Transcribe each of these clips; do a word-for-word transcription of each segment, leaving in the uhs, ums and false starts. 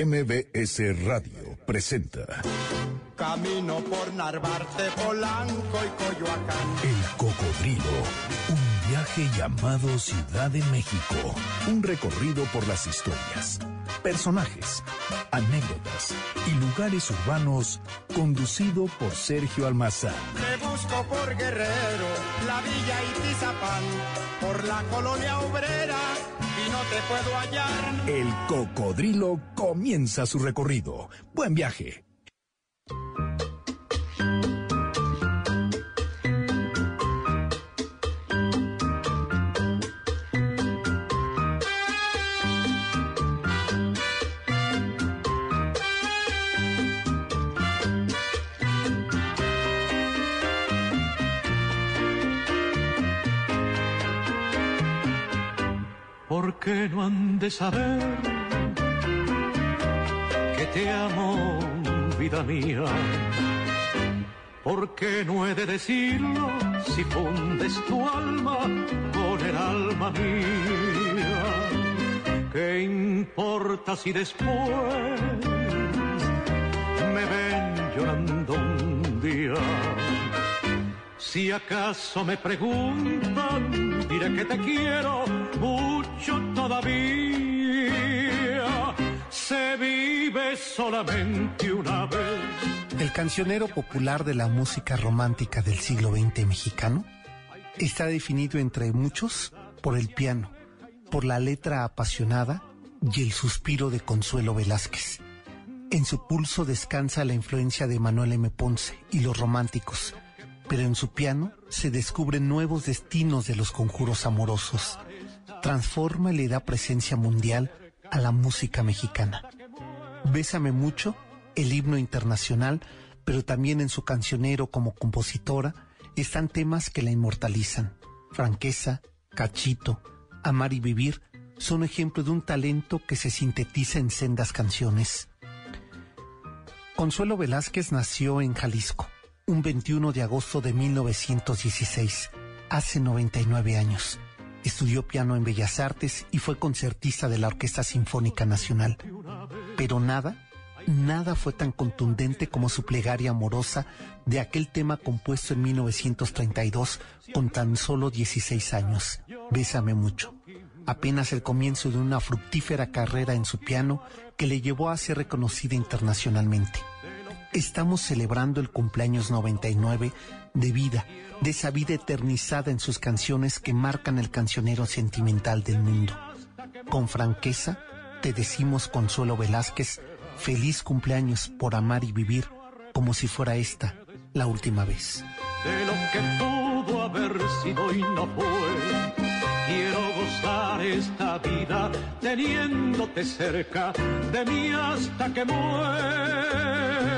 M B S Radio presenta Camino por Narvarte, Polanco y Coyoacán. El Cocodrilo, un viaje llamado Ciudad de México. Un recorrido por las historias, personajes, anécdotas y lugares urbanos, conducido por Sergio Almazán. Te busco por Guerrero, la Villa y Tizapán, por la Colonia Obrera y no te puedo hallar. El Cocodrilo comienza su recorrido. Buen viaje. ¿Por qué no han de saber que te amo, vida mía? ¿Por qué no he de decirlo si fundes tu alma con el alma mía? ¿Qué importa si después me ven llorando un día? Si acaso me preguntan, diré que te quiero mucho todavía. Se vive solamente una vez. El cancionero popular de la música romántica del siglo veinte mexicano está definido entre muchos por el piano, por la letra apasionada y el suspiro de Consuelo Velázquez. En su pulso descansa la influencia de Manuel M. Ponce y los románticos, pero en su piano se descubren nuevos destinos de los conjuros amorosos. Transforma y le da presencia mundial a la música mexicana. Bésame mucho, el himno internacional, pero también en su cancionero como compositora están temas que la inmortalizan. Franqueza, Cachito, Amar y Vivir son ejemplos de un talento que se sintetiza en sendas canciones. Consuelo Velázquez nació en Jalisco un veintiuno de agosto de mil novecientos dieciséis, hace noventa y nueve años. Estudió piano en Bellas Artes y fue concertista de la Orquesta Sinfónica Nacional. Pero nada, nada fue tan contundente como su plegaria amorosa de aquel tema compuesto en mil novecientos treinta y dos con tan solo dieciséis años, Bésame mucho. Apenas el comienzo de una fructífera carrera en su piano que le llevó a ser reconocida internacionalmente. Estamos celebrando el cumpleaños noventa y nueve de vida, de esa vida eternizada en sus canciones que marcan el cancionero sentimental del mundo. Con franqueza, te decimos, Consuelo Velázquez, feliz cumpleaños por amar y vivir como si fuera esta la última vez. De lo que pudo haber sido y no fue, quiero gozar esta vida teniéndote cerca de mí hasta que muera.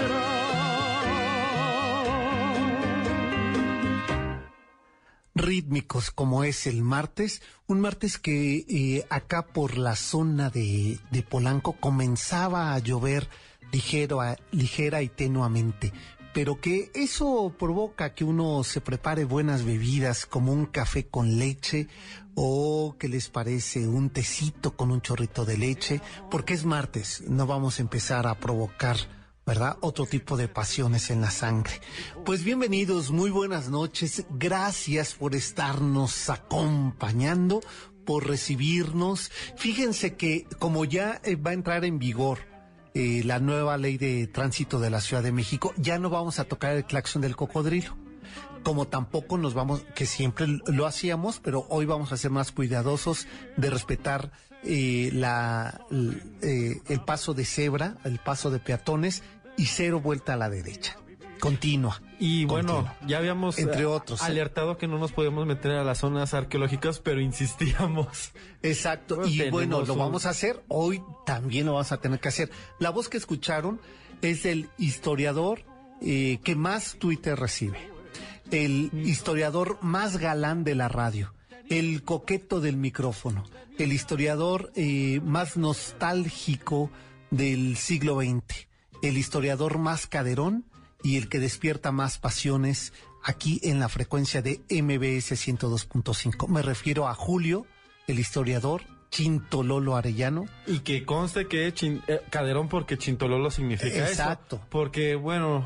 Rítmicos como es el martes, un martes que eh, acá por la zona de, de Polanco comenzaba a llover ligero, a, ligera y tenuamente, pero que eso provoca que uno se prepare buenas bebidas como un café con leche o que les parece un tecito con un chorrito de leche, porque es martes, no vamos a empezar a provocar, ¿verdad?, otro tipo de pasiones en la sangre. Pues bienvenidos, muy buenas noches, gracias por estarnos acompañando, por recibirnos. Fíjense que como ya eh, va a entrar en vigor eh, la nueva ley de tránsito de la Ciudad de México, ya no vamos a tocar el claxon del cocodrilo, como tampoco nos vamos, que siempre lo hacíamos, pero hoy vamos a ser más cuidadosos de respetar eh, la, eh, el paso de cebra, el paso de peatones, y cero vuelta a la derecha. Continua. Y bueno, continua. Ya habíamos entre otros alertado que no nos podíamos meter a las zonas arqueológicas, pero insistíamos. Exacto, Bueno, y bueno, lo un... vamos a hacer, hoy también lo vamos a tener que hacer. La voz que escucharon es el historiador eh, que más Twitter recibe, el mm. historiador más galán de la radio, el coqueto del micrófono, el historiador eh, más nostálgico del siglo veinte, el historiador más caderón y el que despierta más pasiones aquí en la frecuencia de M B S ciento dos punto cinco. Me refiero a Julio, el historiador Chintololo Arellano. Y que conste que chin, eh, Calderón porque Chintololo significa Exacto. eso. Porque, bueno,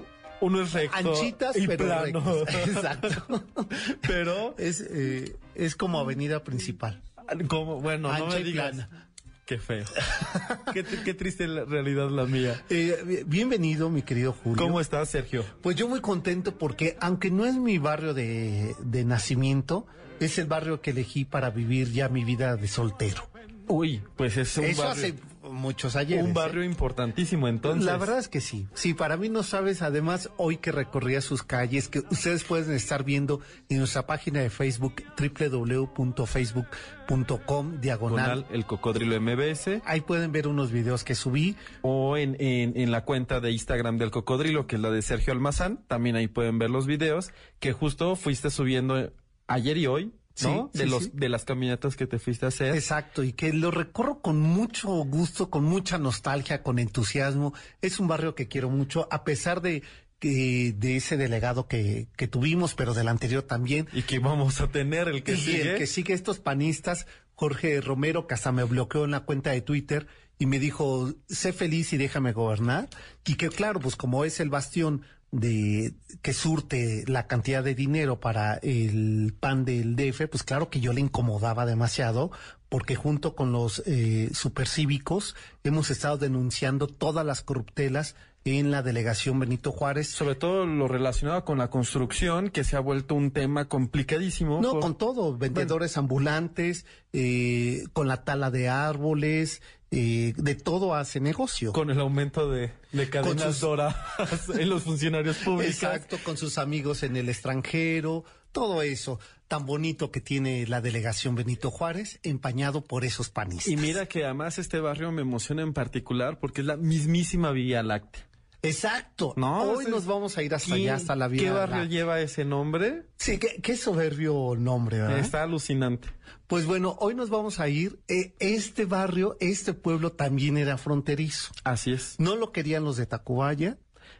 uno es recto Anchitas, y pero plano. rectas. Exacto. Pero es, eh, es como avenida principal. como, bueno, Ancha no me y digas. plana. Qué feo. qué, qué triste la realidad la mía. Eh, bienvenido, mi querido Julio. ¿Cómo estás, Sergio? Pues yo muy contento porque, aunque no es mi barrio de, de nacimiento, es el barrio que elegí para vivir ya mi vida de soltero. Uy, pues es un Eso barrio, hace muchos ayeres. un barrio ¿eh? importantísimo, entonces. La verdad es que sí. Sí, para mí no sabes, además, hoy que recorría sus calles, que ustedes pueden estar viendo en nuestra página de Facebook, doble u doble u doble u punto facebook punto com, diagonal. El Cocodrilo M B S. Ahí pueden ver unos videos que subí. O en, en, en la cuenta de Instagram del Cocodrilo, que es la de Sergio Almazán. También ahí pueden ver los videos que justo fuiste subiendo ayer y hoy, ¿no? Sí, de sí, los sí. de las caminatas que te fuiste a hacer. Exacto, y que lo recorro con mucho gusto, con mucha nostalgia, con entusiasmo. Es un barrio que quiero mucho, a pesar de que de ese delegado que, que tuvimos, pero del anterior también. Y que vamos a tener el que y sigue. el que sigue estos panistas, Jorge Romero, que hasta me bloqueó en la cuenta de Twitter y me dijo, sé feliz y déjame gobernar. Y que claro, pues como es el bastión de que surte la cantidad de dinero para el P A N del D F, pues claro que yo le incomodaba demasiado, porque junto con los eh, supercívicos hemos estado denunciando todas las corruptelas en la delegación Benito Juárez. Sobre todo lo relacionado con la construcción, que se ha vuelto un tema complicadísimo. No, por... con todo, vendedores bueno. ambulantes, eh, con la tala de árboles, eh, de todo hace negocio. Con el aumento de, de cadenas sus... doradas en los funcionarios públicos. Exacto, con sus amigos en el extranjero, todo eso tan bonito que tiene la delegación Benito Juárez, empañado por esos panistas. Y mira que además este barrio me emociona en particular porque es la mismísima Vía Láctea. Exacto. No, hoy nos vamos a ir hasta allá, hasta la Vía ¿Qué barrio Láctea. lleva ese nombre? Sí, qué, qué soberbio nombre, ¿verdad? Está alucinante. Pues bueno, hoy nos vamos a ir. Eh, este barrio, este pueblo también era fronterizo. Así es. No lo querían los de Tacubaya.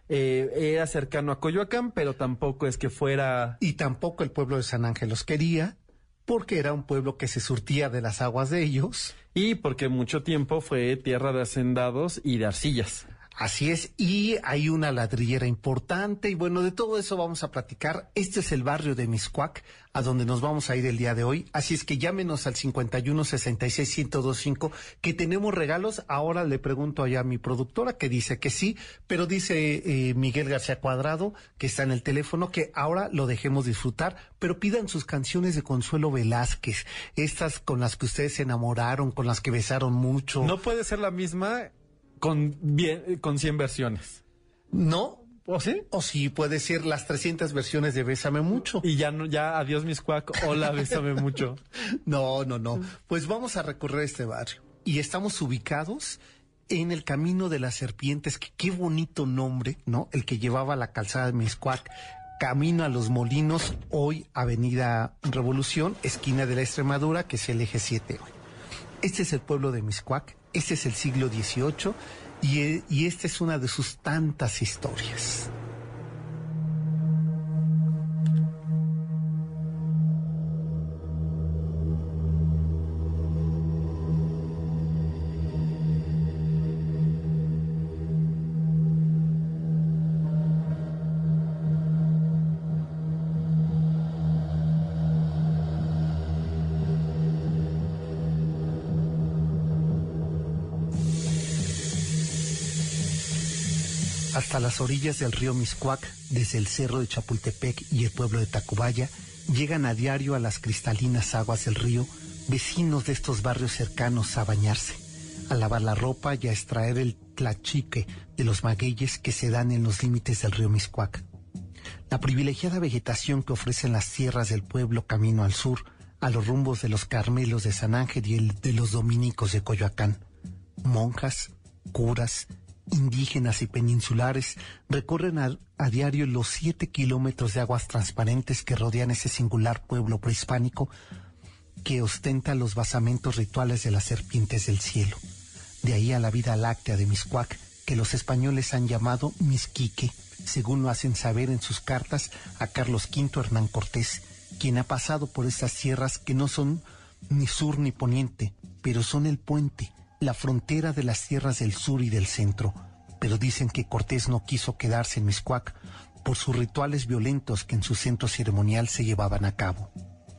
Eh, era cercano a Coyoacán, pero tampoco es que fuera... Y tampoco el pueblo de San Ángel los quería, porque era un pueblo que se surtía de las aguas de ellos. Y porque mucho tiempo fue tierra de hacendados y de arcillas. Así es, y hay una ladrillera importante, y bueno, de todo eso vamos a platicar. Este es el barrio de Mixcoac, a donde nos vamos a ir el día de hoy, así es que llámenos al cincuenta y uno sesenta y seis ciento veinticinco, que tenemos regalos. Ahora le pregunto allá a mi productora, que dice que sí, pero dice eh, Miguel García Cuadrado, que está en el teléfono, que ahora lo dejemos disfrutar, pero pidan sus canciones de Consuelo Velázquez, estas con las que ustedes se enamoraron, con las que besaron mucho. No puede ser la misma... Con, bien, con cien versiones. ¿No? ¿O sí? O sí, puede ser las trescientas versiones de Bésame Mucho. Y ya no, ya adiós Mixcoac, hola, Bésame Mucho. No, no, no. Pues vamos a recorrer este barrio. Y estamos ubicados en el Camino de las Serpientes, que qué bonito nombre, ¿no? El que llevaba la calzada de Mixcoac. Camino a los Molinos, hoy Avenida Revolución, esquina de la Extremadura, que es el eje siete hoy. Este es el pueblo de Mixcoac. Este es el siglo dieciocho y, y esta es una de sus tantas historias. Hasta las orillas del río Mixcoac, desde el cerro de Chapultepec y el pueblo de Tacubaya, llegan a diario a las cristalinas aguas del río vecinos de estos barrios cercanos a bañarse, a lavar la ropa y a extraer el tlachique de los magueyes que se dan en los límites del río Mixcoac. La privilegiada vegetación que ofrecen las tierras del pueblo camino al sur, a los rumbos de los Carmelos de San Ángel y el de los Dominicos de Coyoacán. Monjas, curas, indígenas y peninsulares recorren a, a diario los siete kilómetros de aguas transparentes que rodean ese singular pueblo prehispánico que ostenta los basamentos rituales de las serpientes del cielo. De ahí a la vida láctea de Mixcoac, que los españoles han llamado Mixquique, según lo hacen saber en sus cartas a Carlos quinto Hernán Cortés, quien ha pasado por estas tierras que no son ni sur ni poniente, pero son el puente, la frontera de las tierras del sur y del centro. Pero dicen que Cortés no quiso quedarse en Mixcoac por sus rituales violentos que en su centro ceremonial se llevaban a cabo.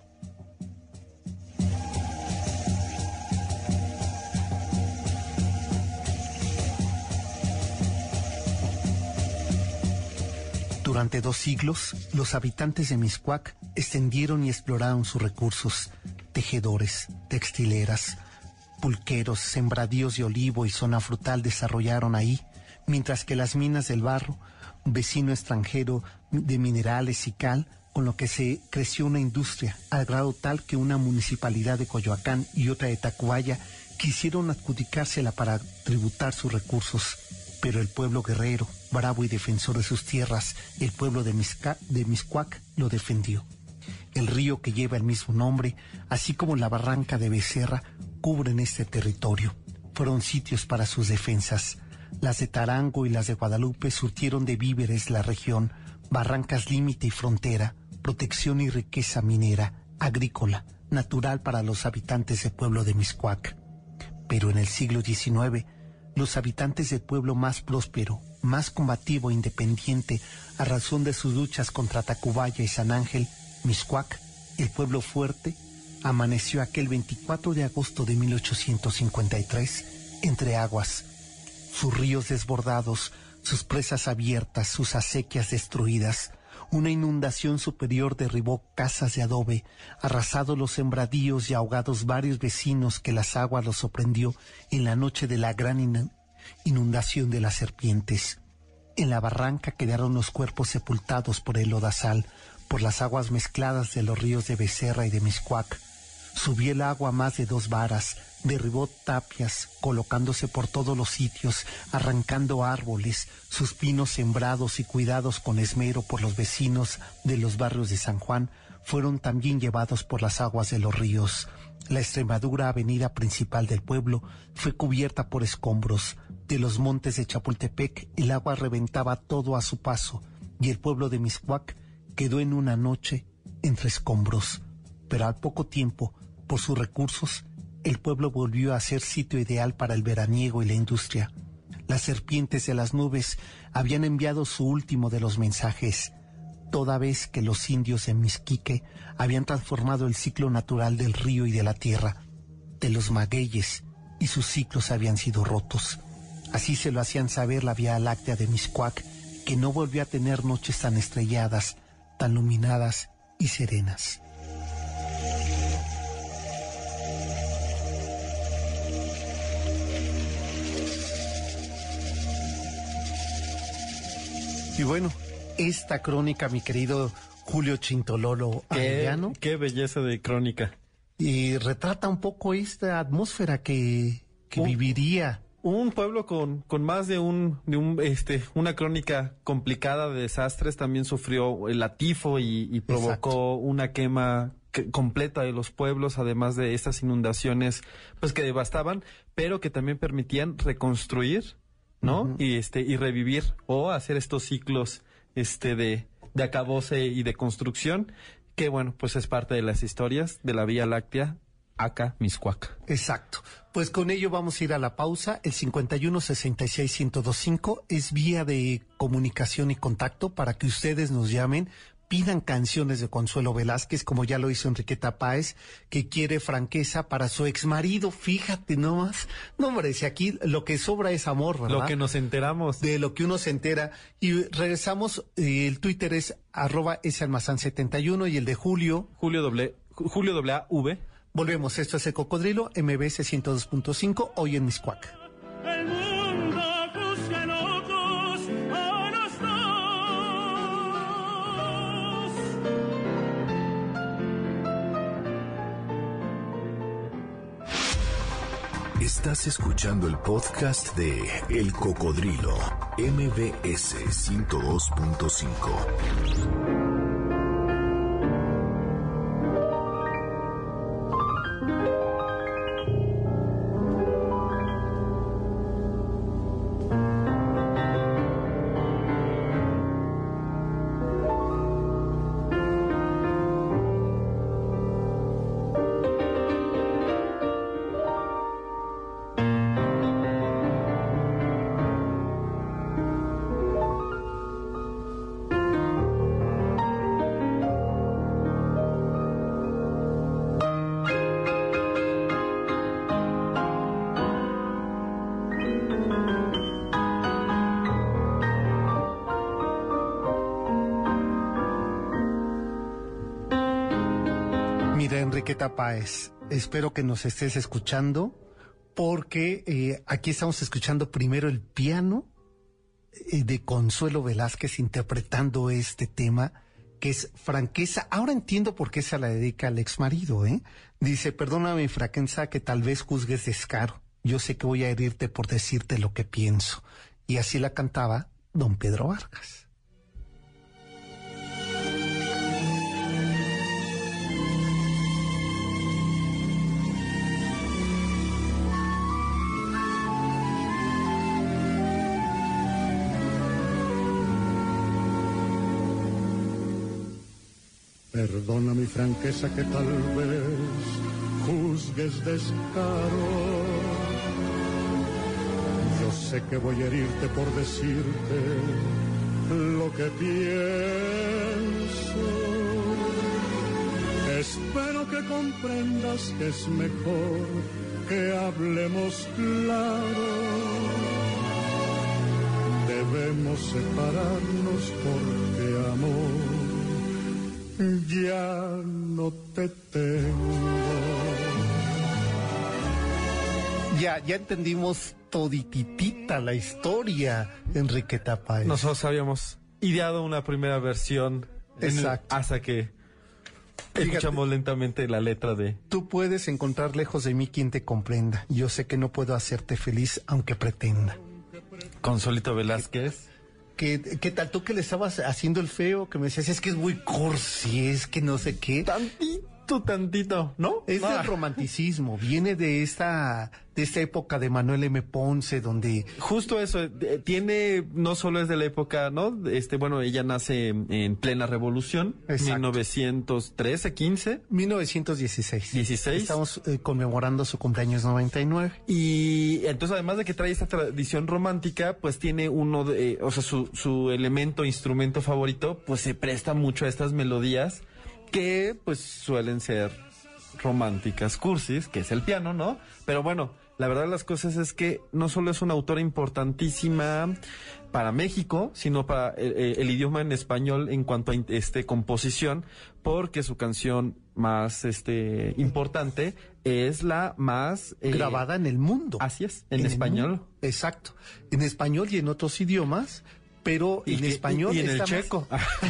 Durante dos siglos, los habitantes de Mixcoac extendieron y exploraron sus recursos: tejedores, textileras, pulqueros, sembradíos de olivo y zona frutal desarrollaron ahí, mientras que las minas del Barro, vecino extranjero de minerales y cal, con lo que se creció una industria, al grado tal que una municipalidad de Coyoacán y otra de Tacubaya quisieron adjudicársela para tributar sus recursos. Pero el pueblo guerrero, bravo y defensor de sus tierras, el pueblo de, Mixca, de Mixcoac, lo defendió. El río que lleva el mismo nombre, así como la barranca de Becerra, cubren este territorio. Fueron sitios para sus defensas. Las de Tarango y las de Guadalupe surtieron de víveres la región, barrancas límite y frontera, protección y riqueza minera, agrícola, natural para los habitantes del pueblo de Mixcoac. Pero en el siglo diecinueve, los habitantes del pueblo más próspero, más combativo e independiente, a razón de sus luchas contra Tacubaya y San Ángel, Mixcoac, el pueblo fuerte, amaneció aquel veinticuatro de agosto de mil ochocientos cincuenta y tres entre aguas, sus ríos desbordados, sus presas abiertas, sus acequias destruidas. Una inundación superior derribó casas de adobe, arrasado los sembradíos y ahogados varios vecinos que las aguas los sorprendió en la noche de la gran inundación de las serpientes. En la barranca quedaron los cuerpos sepultados por el lodazal, por las aguas mezcladas de los ríos de Becerra y de Mixcoac. Subió el agua a más de dos varas, derribó tapias, colocándose por todos los sitios, arrancando árboles, sus pinos sembrados y cuidados con esmero por los vecinos de los barrios de San Juan, fueron también llevados por las aguas de los ríos. La Extremadura, avenida principal del pueblo, fue cubierta por escombros. De los montes de Chapultepec, el agua reventaba todo a su paso, y el pueblo de Mixcoac quedó en una noche entre escombros. Pero al poco tiempo, por sus recursos, el pueblo volvió a ser sitio ideal para el veraniego y la industria. Las serpientes de las nubes habían enviado su último de los mensajes, toda vez que los indios de Mixquique habían transformado el ciclo natural del río y de la tierra, de los magueyes, y sus ciclos habían sido rotos. Así se lo hacían saber la Vía Láctea de Mixcoac, que no volvió a tener noches tan estrelladas, tan iluminadas y serenas. Y bueno, esta crónica, mi querido Julio Chintololo Arellano, qué, qué belleza de crónica. Y retrata un poco esta atmósfera que, que un, viviría. Un pueblo con, con más de un, de un, este, una crónica complicada de desastres. También sufrió la tifo y, y provocó Exacto. una quema que, completa de los pueblos, además de estas inundaciones, pues que devastaban, pero que también permitían reconstruir, ¿no? Uh-huh. Y este, y revivir o hacer estos ciclos, este, de, de acabose y de construcción, que bueno, pues es parte de las historias de la Vía Láctea, acá Mixcoac. Exacto. Pues con ello vamos a ir a la pausa. El cincuenta y uno sesenta y seis ciento veinticinco es vía de comunicación y contacto para que ustedes nos llamen, pidan canciones de Consuelo Velázquez, como ya lo hizo Enriqueta Páez, que quiere franqueza para su exmarido. Fíjate nomás. No, hombre, si aquí lo que sobra es amor, ¿verdad? Lo que nos enteramos. De lo que uno se entera. Y regresamos, eh, el Twitter es arroba salmazán setenta y uno y el de Julio. Julio doble, Julio doble A V. Volvemos, esto es El Cocodrilo, M B S ciento dos punto cinco, hoy en Mixcoac. El mundo busca locos a los dos. Estás escuchando el podcast de El Cocodrilo, M B S ciento dos punto cinco. Mira, Enriqueta Páez, espero que nos estés escuchando, porque eh, aquí estamos escuchando primero el piano eh, de Consuelo Velázquez interpretando este tema, que es Franqueza. Ahora entiendo por qué se la dedica al exmarido, ¿eh? Dice, perdóname, Franqueza, que tal vez juzgues descaro. Yo sé que voy a herirte por decirte lo que pienso. Y así la cantaba don Pedro Vargas. Perdona mi franqueza que tal vez juzgues descaro. Yo sé que voy a herirte por decirte lo que pienso. Espero que comprendas que es mejor que hablemos claro. Debemos separarnos porque amor ya no te tengo. Ya, ya entendimos todititita la historia, Enriqueta Páez. Nosotros habíamos ideado una primera versión. Exacto. El, hasta que escuchamos Fíjate, lentamente la letra de... Tú puedes encontrar lejos de mí quien te comprenda. Yo sé que no puedo hacerte feliz, aunque pretenda. Consuelito Velázquez. ¿Qué, ¿Qué tal tú que le estabas haciendo el feo? Que me decías, es que es muy cursi, es que no sé qué. Tantito, tantito, ¿no? Es ah. del romanticismo, viene de esta, de esta época de Manuel M. Ponce, donde... Justo eso, tiene, no solo es de la época, ¿no? Este, bueno, ella nace en plena revolución, Exacto. mil novecientos trece, quince. mil novecientos dieciséis. dieciséis. Estamos eh, conmemorando su cumpleaños noventa y nueve. Y entonces, además de que trae esta tradición romántica, pues tiene uno de, eh, o sea, su, su elemento, instrumento favorito, pues se presta mucho a estas melodías que, pues, suelen ser románticas, cursis, que es el piano, ¿no? Pero bueno, la verdad de las cosas es que no solo es una autora importantísima para México, sino para el, el idioma en español en cuanto a este composición, porque su canción más este importante es la más eh, grabada en el mundo. Así es, en, en español. Exacto, en español y en otros idiomas. Pero y en que, español y, y en el más... checo.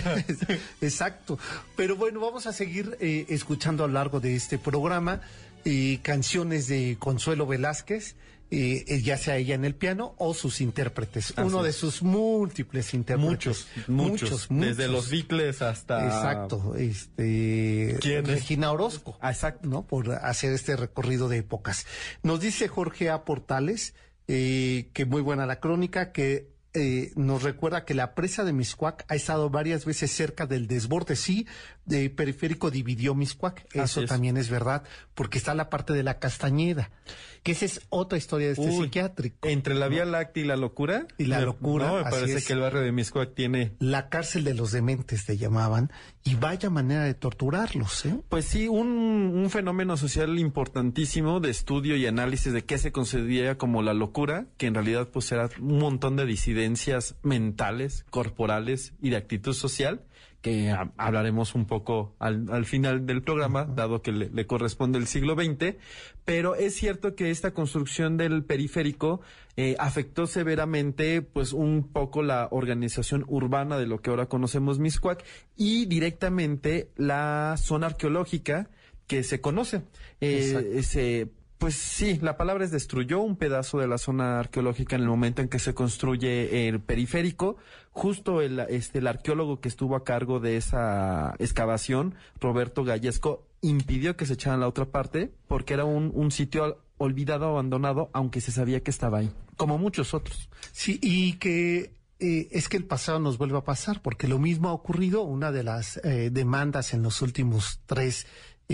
Exacto. Pero bueno, vamos a seguir eh, escuchando a lo largo de este programa eh, canciones de Consuelo Velázquez, eh, ya sea ella en el piano o sus intérpretes. Así Uno es. de sus múltiples intérpretes. Muchos, muchos, muchos, muchos. Desde los Beatles hasta... Exacto. Este... ¿Quién es? Regina Orozco. Ah, exacto. ¿No? Por hacer este recorrido de épocas. Nos dice Jorge A. Portales, eh, que muy buena la crónica, que Eh, nos recuerda que la presa de Mixcoac ha estado varias veces cerca del desborde. Sí, de Periférico dividió Mixcoac. Eso es. también es verdad, porque está la parte de la Castañeda, que esa es otra historia de este Uy, psiquiátrico. Entre la ¿no? Vía Láctea y la locura. Y la me, locura. No, me parece es. que el barrio de Mixcoac tiene... La cárcel de los dementes, te llamaban, y vaya manera de torturarlos, ¿eh? Pues sí, un, un fenómeno social importantísimo de estudio y análisis de qué se concedía como la locura, que en realidad pues era un montón de disidencias mentales, corporales y de actitud social, que a, hablaremos un poco al, al final del programa, dado que le, le corresponde el siglo veinte, pero es cierto que esta construcción del periférico eh, afectó severamente pues un poco la organización urbana de lo que ahora conocemos Mixcoac y directamente la zona arqueológica que se conoce. Eh, se Pues sí, la palabra es destruyó un pedazo de la zona arqueológica en el momento en que se construye el periférico. Justo el, este, el arqueólogo que estuvo a cargo de esa excavación, Roberto Gallesco, impidió que se echaran la otra parte porque era un, un sitio olvidado, abandonado, aunque se sabía que estaba ahí, como muchos otros. Sí, y que... Eh, es que el pasado nos vuelve a pasar, porque lo mismo ha ocurrido. Una de las eh, demandas en los últimos tres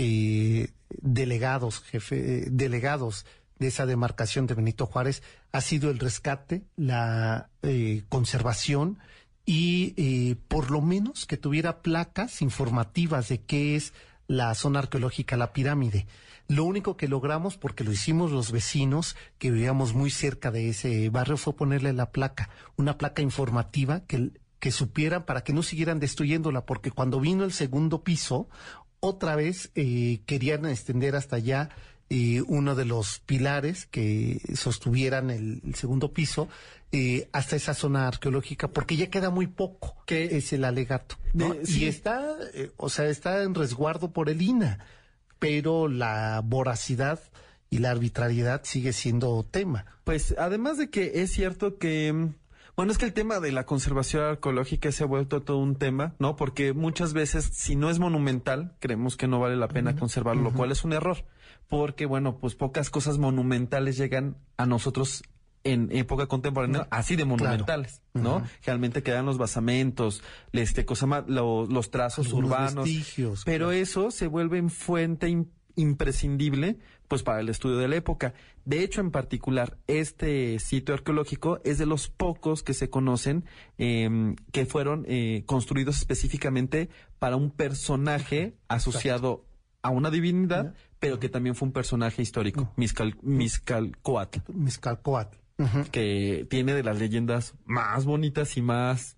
eh, delegados, jefe, eh, delegados de esa demarcación de Benito Juárez ha sido el rescate, la eh, conservación y eh, por lo menos que tuviera placas informativas de qué es la zona arqueológica La Pirámide. Lo único que logramos, porque lo hicimos los vecinos que vivíamos muy cerca de ese barrio, fue ponerle la placa, una placa informativa que, que supieran para que no siguieran destruyéndola, porque cuando vino el segundo piso, otra vez eh, querían extender hasta allá eh, uno de los pilares que sostuvieran el, el segundo piso eh, hasta esa zona arqueológica, porque ya queda muy poco, que es el alegato, ¿no? De, sí. Y está, eh, o sea, está en resguardo por el I N A, pero la voracidad y la arbitrariedad sigue siendo tema. Pues además de que es cierto que... Bueno, es que el tema de la conservación arqueológica se ha vuelto todo un tema, ¿no? Porque muchas veces, si no es monumental, creemos que no vale la pena conservarlo, uh-huh. lo cual es un error. Porque, bueno, pues pocas cosas monumentales llegan a nosotros en época contemporánea, así de monumentales, claro. ¿no? Uh-huh. Generalmente quedan los basamentos, este, cosa más, lo, los trazos Algunos urbanos. Vestigios, pero claro. eso se vuelve en fuente imp- imprescindible pues para el estudio de la época. De hecho, en particular, este sitio arqueológico es de los pocos que se conocen eh, que fueron eh, construidos específicamente para un personaje asociado a una divinidad, pero que también fue un personaje histórico, Mizcal, Mizcalcóatl. Mizcalcóatl. Uh-huh. Que tiene de las leyendas más bonitas y más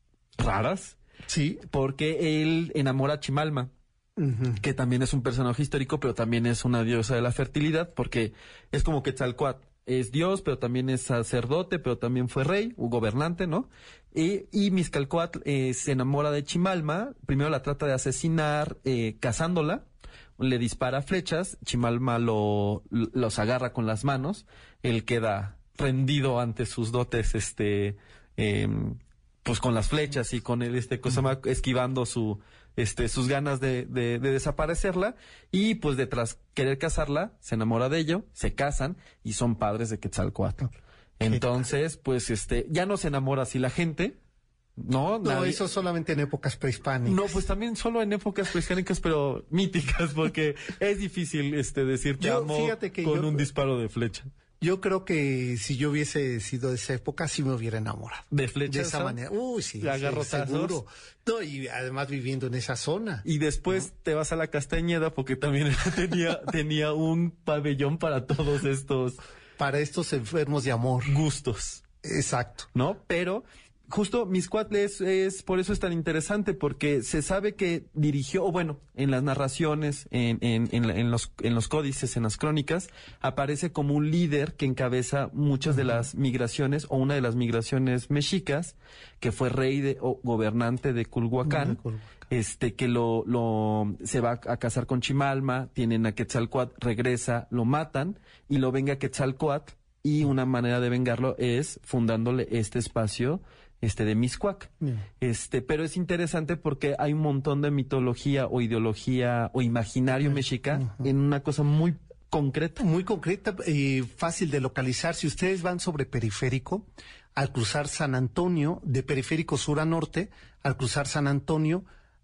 raras. Sí. Porque él enamora a Chimalma. Uh-huh. Que también es un personaje histórico, pero también es una diosa de la fertilidad, porque es como Quetzalcóatl, es dios, pero también es sacerdote, pero también fue rey, o gobernante, ¿no? Y, y Mizcalcóatl eh, se enamora de Chimalma, primero la trata de asesinar, eh, cazándola, le dispara flechas, Chimalma lo, los agarra con las manos, él queda rendido ante sus dotes, este, eh, pues con las flechas y con el, este, cosa más, esquivando su... Este, sus ganas de, de, de desaparecerla, y pues detrás querer casarla, se enamora de ello, se casan y son padres de Quetzalcóatl. Entonces, pues este, ya no se enamora así la gente, ¿no? No, Nadie... eso solamente en épocas prehispánicas. No, pues también solo en épocas prehispánicas, pero míticas, porque es difícil este decir te yo, amo que con yo... un disparo de flecha. Yo creo que si yo hubiese sido de esa época, sí me hubiera enamorado. ¿De flechas? De esa manera. Uy, sí, sí, seguro. No, y además viviendo en esa zona. Y después ¿no? te vas a la Castañeda, porque también tenía, tenía un pabellón para todos estos... Para estos enfermos de amor. Gustos. Exacto. ¿No? Pero... Justo Mixcoatl es, es, por eso es tan interesante, porque se sabe que dirigió, o bueno, en las narraciones, en, en, en, en, los, en los códices, en las crónicas, aparece como un líder que encabeza muchas de las migraciones, o una de las migraciones mexicas, que fue rey de, o gobernante de Culhuacán, de Culhuacán. este, que lo, lo, se va a casar con Chimalma, tienen a Quetzalcóatl, regresa, lo matan, y lo venga Quetzalcóatl, y una manera de vengarlo es fundándole este espacio, este de Mixcoac. Yeah. Este, pero es interesante porque hay un montón de mitología o ideología o imaginario mexica uh-huh. en una cosa muy concreta. Muy concreta y eh, fácil de localizar. Si ustedes van sobre Periférico, al cruzar San Antonio, de Periférico sur a norte, al cruzar San Antonio,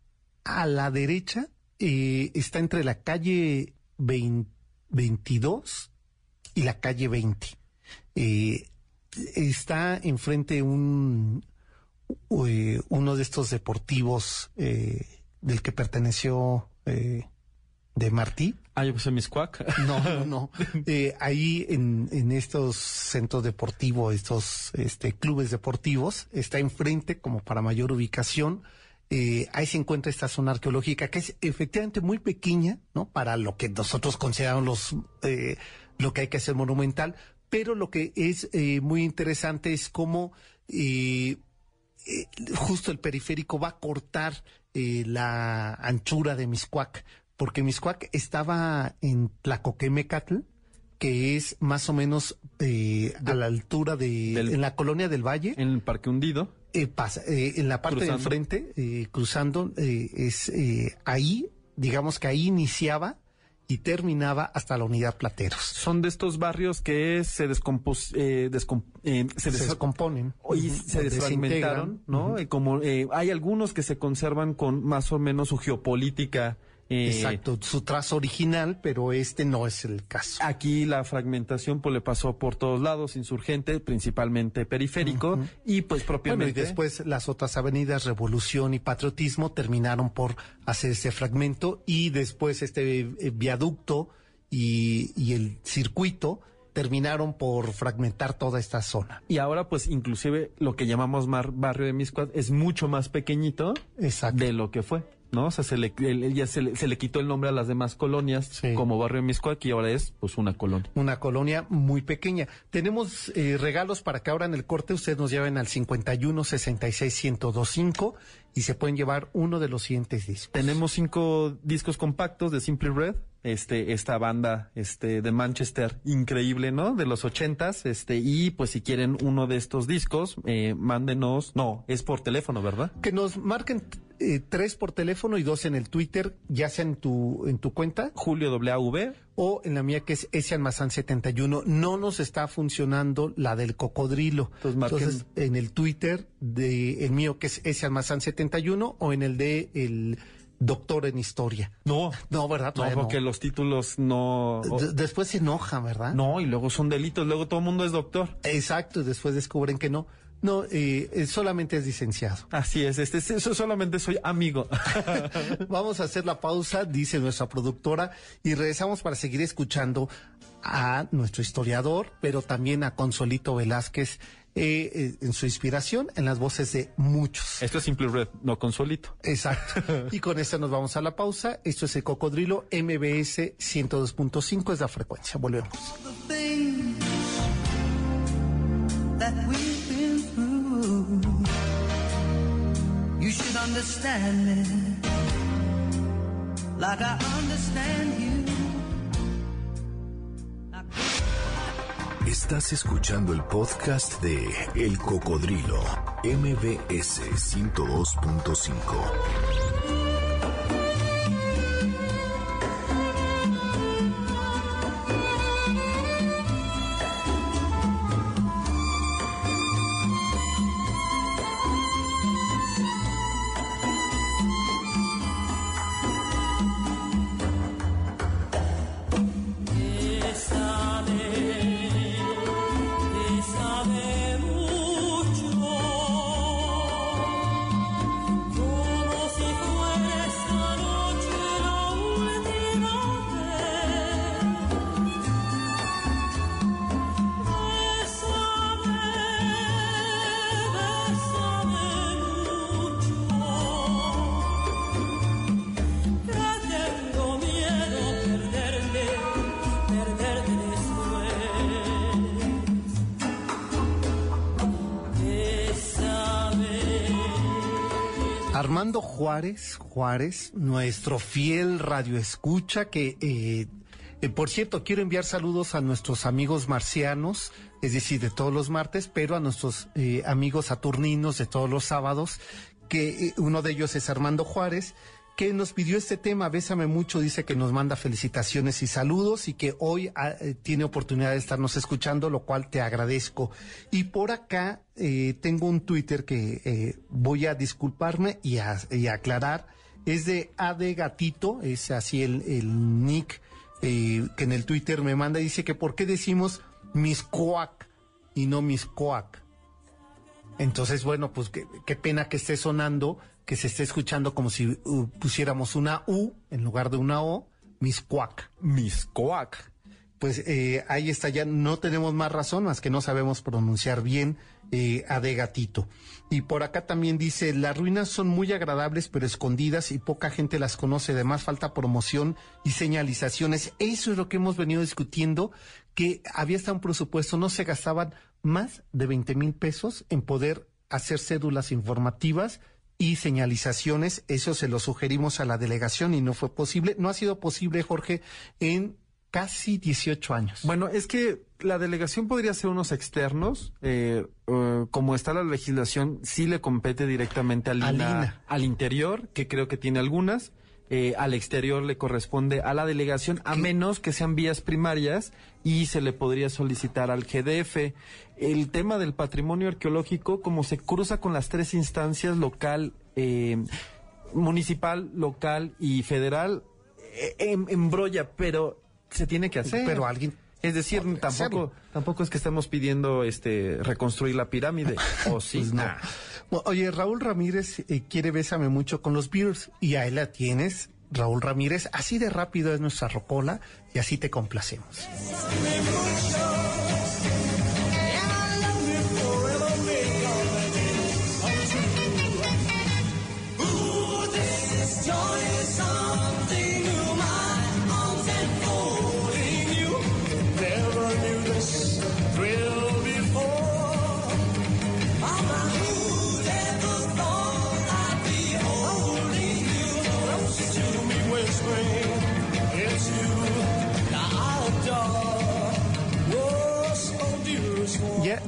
a la derecha eh, está entre la calle veinte, veintidós y la calle veinte. Eh, está enfrente un eh, uno de estos deportivos eh, del que perteneció eh, de Martí. Ah, yo puse Mixcoac. No, no, no. Eh, ahí en, en estos centros deportivos, estos este, clubes deportivos, está enfrente como para mayor ubicación. Eh, ahí se encuentra esta zona arqueológica que es efectivamente muy pequeña, ¿no? Para lo que nosotros consideramos los eh, lo que hay que hacer monumental. Pero lo que es eh, muy interesante es cómo eh, eh, justo el periférico va a cortar eh, la anchura de Mixcoac, porque Mixcoac estaba en Tlacoquemecatl, que es más o menos eh, de, a la altura de... Del, en la colonia del Valle. En el Parque Hundido. Eh, pasa, eh, en la parte cruzando. de enfrente, eh, cruzando, eh, es eh, ahí, digamos que ahí iniciaba y terminaba hasta la unidad Plateros. Son de estos barrios que se, descompus, eh, descom, eh, se, se des descomponen. Y uh-huh. se desfragmentaron, ¿no? Uh-huh. Y como eh, hay algunos que se conservan con más o menos su geopolítica. Eh, Exacto, su trazo original, pero este no es el caso. Aquí la fragmentación pues le pasó por todos lados, Insurgente, principalmente Periférico, uh-huh. y pues propiamente... Bueno, y después las otras avenidas, Revolución y Patriotismo, terminaron por hacer ese fragmento, y después este eh, viaducto y, y el circuito terminaron por fragmentar toda esta zona. Y ahora pues inclusive lo que llamamos mar, barrio de Mixcoac es mucho más pequeñito. Exacto. De lo que fue. ¿no? O sea, se le, él, ya se le, se le quitó el nombre a las demás colonias, sí, como Barrio Miscuac, y ahora es pues una colonia. Una colonia muy pequeña. Tenemos eh, regalos para que ahora en el corte ustedes nos lleven al cincuenta y uno, sesenta y seis, ciento veinticinco y se pueden llevar uno de los siguientes discos. Tenemos cinco discos compactos de Simply Red. Este, esta banda, este, de Manchester, increíble, ¿no? De los ochentas, este, y pues si quieren uno de estos discos, eh, mándenos, no, es por teléfono, ¿verdad? Que nos marquen eh, tres por teléfono y dos en el Twitter, ya sea en tu, en tu cuenta. Julio W V. O en la mía que es S Almazán setenta y uno. No nos está funcionando la del cocodrilo. Entonces, marquen... Entonces en el Twitter de el mío que es S Almazán setenta y uno o en el de el Doctor en Historia. No, no, ¿verdad? No, porque no. Los títulos no... D- después se enojan, ¿verdad? No, y luego son delitos, luego todo el mundo es doctor. Exacto, y después descubren que no. No, eh, solamente es licenciado. Así es, este, eso solamente soy amigo. Vamos a hacer la pausa, dice nuestra productora, y regresamos para seguir escuchando a nuestro historiador, pero también a Consuelito Velázquez, eh, eh, en su inspiración, en las voces de muchos. Esto es Simply Red, no Consuelito. Exacto. Y con esto nos vamos a la pausa. Esto es El Cocodrilo, M B S ciento dos punto cinco es la frecuencia. Volvemos. You should understand me like I understand you. Estás escuchando el podcast de El Cocodrilo, M B S ciento dos punto cinco. Armando Juárez, Juárez, nuestro fiel radioescucha, que, eh, eh, por cierto, quiero enviar saludos a nuestros amigos marcianos, es decir, de todos los martes, pero a nuestros eh, amigos saturninos de todos los sábados, que eh, uno de ellos es Armando Juárez, que nos pidió este tema, Bésame Mucho, dice que nos manda felicitaciones y saludos y que hoy eh, tiene oportunidad de estarnos escuchando, lo cual te agradezco. Y por acá eh, tengo un Twitter que eh, voy a disculparme y a, y a aclarar, es de A D Gatito, es así el, el nick eh, que en el Twitter me manda, dice que por qué decimos Miscoac y no Miscoac. Entonces, bueno, pues qué, qué pena que esté sonando, que se esté escuchando como si uh, pusiéramos una U en lugar de una O, Miscoac. Miscoac. Pues eh, ahí está, ya no tenemos más razón, más que no sabemos pronunciar bien eh, A de Gatito. Y por acá también dice, las ruinas son muy agradables pero escondidas y poca gente las conoce, además falta promoción y señalizaciones. Eso es lo que hemos venido discutiendo, que había hasta un presupuesto, no se gastaban más de veinte mil pesos en poder hacer cédulas informativas y señalizaciones. Eso se lo sugerimos a la delegación y no fue posible. No ha sido posible, Jorge, en casi dieciocho años. Bueno, es que la delegación podría ser unos externos, eh, uh, como está la legislación, sí le compete directamente al, al, I N A, I N A. Al interior, que creo que tiene algunas, eh, al exterior le corresponde a la delegación, a ¿Qué? menos que sean vías primarias y se le podría solicitar al G D F. El tema del patrimonio arqueológico, como se cruza con las tres instancias, local, eh, municipal, local y federal, eh, em, embrolla, pero se tiene que hacer. Pero alguien... Es decir, tampoco hacerlo. tampoco es que estemos pidiendo este reconstruir la pirámide. ¿O sí? Pues no. Nah. Bueno, oye, Raúl Ramírez eh, quiere Bésame Mucho con los Beatles y ahí la tienes, Raúl Ramírez. Así de rápido es nuestra rocola y así te complacemos. Ooh, this is your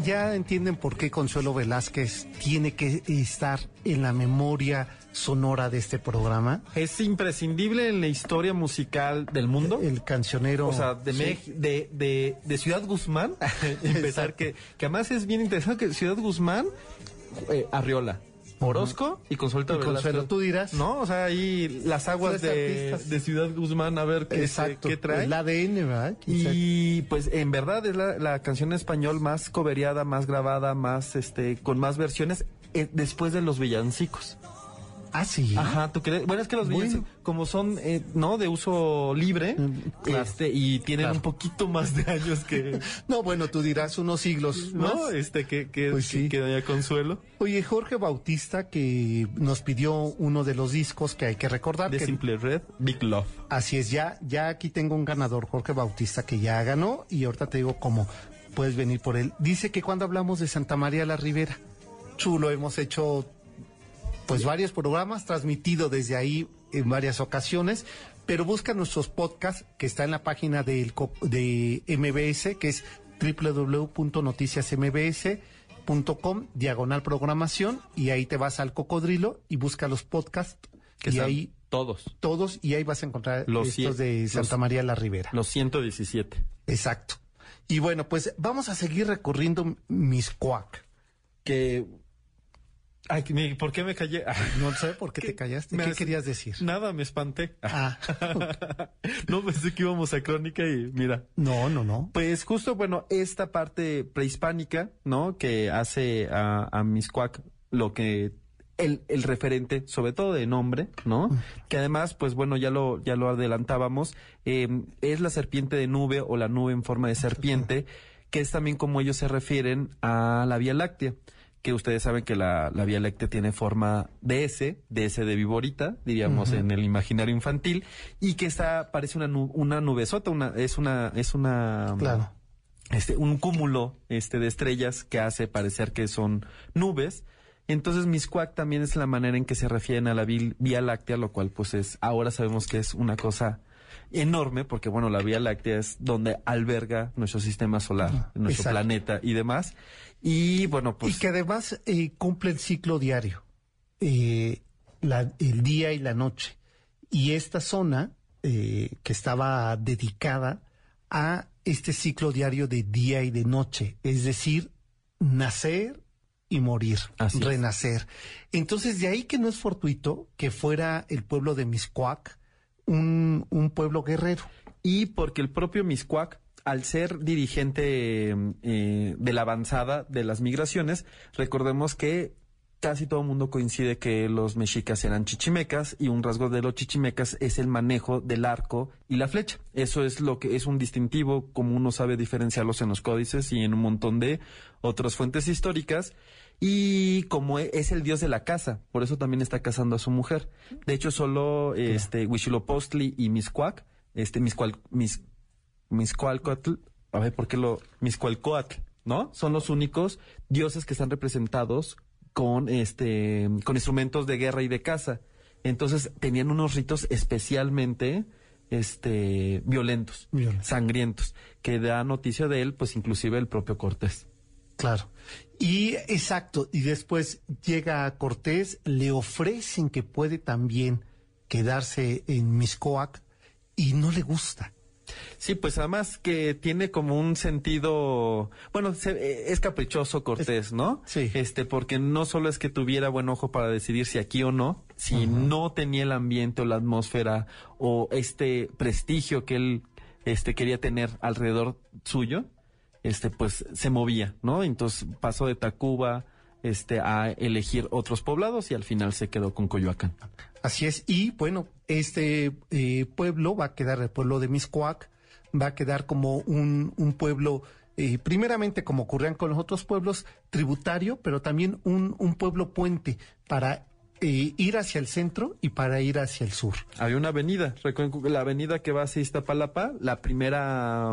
ya entienden por qué Consuelo Velázquez tiene que estar en la memoria sonora de este programa. Es imprescindible en la historia musical del mundo. El cancionero. O sea, de, sí. Mex, de, de, de Ciudad Guzmán, empezar que, que además es bien interesante que Ciudad Guzmán, eh, Arriola, Orozco y Consuelo y Consuelo, tú dirás. No, o sea, ahí las aguas de, de Ciudad Guzmán, a ver qué, Exacto, qué trae. El A D N, ¿verdad? Y pues en verdad es la, la canción en español más coveriada, más grabada, más este, con más versiones eh, después de los villancicos. Ah, sí. Ajá, ¿tú crees? Bueno, es que los bueno. villancicos, como son, eh, ¿no? De uso libre, claro, este, y tienen claro. un poquito más de años que... No, bueno, tú dirás unos siglos más. ¿No? Este, que, que, Pues sí. que, que da Consuelo. Oye, Jorge Bautista, que nos pidió uno de los discos que hay que recordar. De que, Simple Red, Big Love. Así es, ya, ya aquí tengo un ganador, Jorge Bautista, que ya ganó, y ahorita te digo cómo puedes venir por él. Dice que cuando hablamos de Santa María la Ribera, chulo, hemos hecho pues varios programas, transmitido desde ahí en varias ocasiones, pero busca nuestros podcasts, que está en la página del, de M B S, que es doble u doble u doble u punto noticias m b s punto com, diagonal programación, y ahí te vas al cocodrilo y busca los podcasts, que y ahí todos. Todos, y ahí vas a encontrar los estos cien, de Santa los, María la Ribera. Los ciento diecisiete. Exacto. Y bueno, pues vamos a seguir recorriendo Mixcoac. Que... Ay, ¿por qué me callé? No sé por qué te callaste. ¿Qué hace... querías decir? Nada, me espanté. Ah. No pensé que íbamos a Crónica y mira. No, no, no. Pues justo, bueno, esta parte prehispánica, ¿no? Que hace a, a Mixcoac lo que... El, el referente, sobre todo de nombre, ¿no? Mm. Que además, pues bueno, ya lo, ya lo adelantábamos, eh, es la serpiente de nube o la nube en forma de serpiente, que es también como ellos se refieren a la Vía Láctea. Que ustedes saben que la, la Vía Láctea tiene forma de S, de S de viborita, diríamos, uh-huh. en el imaginario infantil, y que está, parece una, nu, una nubesota, una, es una, es una, claro. este, un cúmulo, este, de estrellas que hace parecer que son nubes. Entonces Mixcoac también es la manera en que se refieren a la Vía Láctea, lo cual pues es, ahora sabemos que es una cosa enorme, porque bueno, la Vía Láctea es donde alberga nuestro sistema solar, uh-huh. nuestro Exacto. planeta y demás. Y bueno, pues... Y que además eh, cumple el ciclo diario, eh, la, el día y la noche. Y esta zona eh, que estaba dedicada a este ciclo diario de día y de noche, es decir, nacer y morir, Así renacer. Es. Entonces, de ahí que no es fortuito que fuera el pueblo de Mixcoac un, un pueblo guerrero. Y porque el propio Mixcoac, al ser dirigente eh, de la avanzada de las migraciones, recordemos que casi todo el mundo coincide que los mexicas eran chichimecas, y un rasgo de los chichimecas es el manejo del arco y la flecha. Eso es lo que es un distintivo, como uno sabe diferenciarlos en los códices y en un montón de otras fuentes históricas. Y como es el dios de la caza, por eso también está cazando a su mujer. De hecho, solo este Huitzilopochtli y Mixcoac, este Mixcoac, Mis, Mixcoalcoatl, a ver por qué lo Mixcoalcoatl, ¿no? Son los únicos dioses que están representados con este con instrumentos de guerra y de caza. Entonces tenían unos ritos especialmente este violentos, Violento. sangrientos, que da noticia de él, pues inclusive el propio Cortés. Claro. Y exacto, y después llega Cortés, le ofrecen que puede también quedarse en Mixcoac y no le gusta. Sí, pues además que tiene como un sentido, bueno, se, es caprichoso Cortés, ¿no? Sí. Este, porque no solo es que tuviera buen ojo para decidir si aquí o no, si uh-huh. no tenía el ambiente o la atmósfera o este prestigio que él este quería tener alrededor suyo, este pues se movía, ¿no? Entonces pasó de Tacuba este a elegir otros poblados y al final se quedó con Coyoacán. Así es, y bueno, este eh, pueblo va a quedar, el pueblo de Mixcoac, va a quedar como un, un pueblo, eh, primeramente como ocurrían con los otros pueblos, tributario, pero también un, un pueblo puente para eh, ir hacia el centro y para ir hacia el sur. Había una avenida, recuerden la avenida que va hacia Iztapalapa, la primera,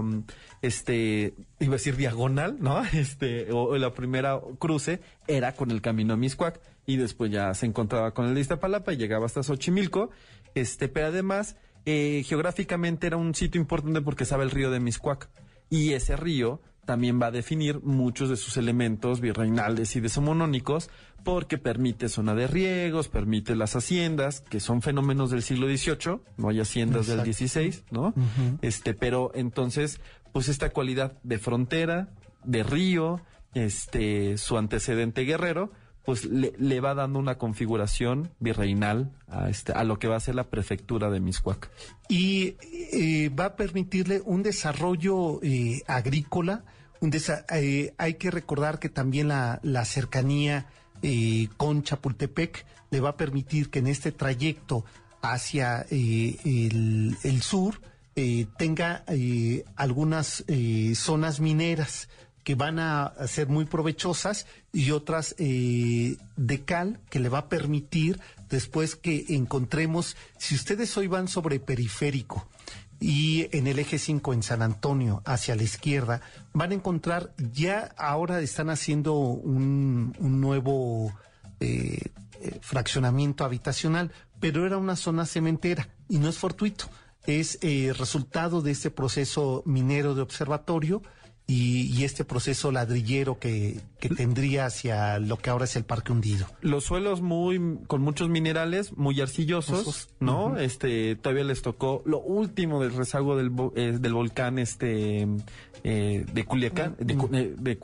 este, iba a decir diagonal, ¿no? Este, o, o la primera cruce era con el camino a Mixcoac, y después ya se encontraba con el de Iztapalapa y llegaba hasta Xochimilco, este, pero además, eh, geográficamente era un sitio importante porque estaba el río de Mixcoac, y ese río también va a definir muchos de sus elementos virreinales y decimonónicos, porque permite zona de riegos, permite las haciendas, que son fenómenos del siglo dieciocho, no hay haciendas Exacto. del dieciséis, ¿no? Uh-huh. Este, pero entonces, pues esta cualidad de frontera, de río, este, su antecedente guerrero, pues le, le va dando una configuración virreinal a, este, a lo que va a ser la prefectura de Mixcoac. Y eh, va a permitirle un desarrollo eh, agrícola. Un desa- eh, hay que recordar que también la, la cercanía eh, con Chapultepec le va a permitir que en este trayecto hacia eh, el, el sur eh, tenga eh, algunas eh, zonas mineras que van a ser muy provechosas y otras eh, de cal que le va a permitir después que encontremos, si ustedes hoy van sobre Periférico y en el eje cinco en San Antonio hacia la izquierda, van a encontrar, ya ahora están haciendo un, un nuevo eh, eh, fraccionamiento habitacional, pero era una zona cementera y no es fortuito, es eh, resultado de este proceso minero de observatorio Y, y este proceso ladrillero que, que tendría hacia lo que ahora es el Parque Hundido. Los suelos muy con muchos minerales, muy arcillosos, Osos. ¿no? Uh-huh. Este todavía les tocó lo último del rezago del eh, del volcán este eh, de Culiacán, uh-huh. de, de, de,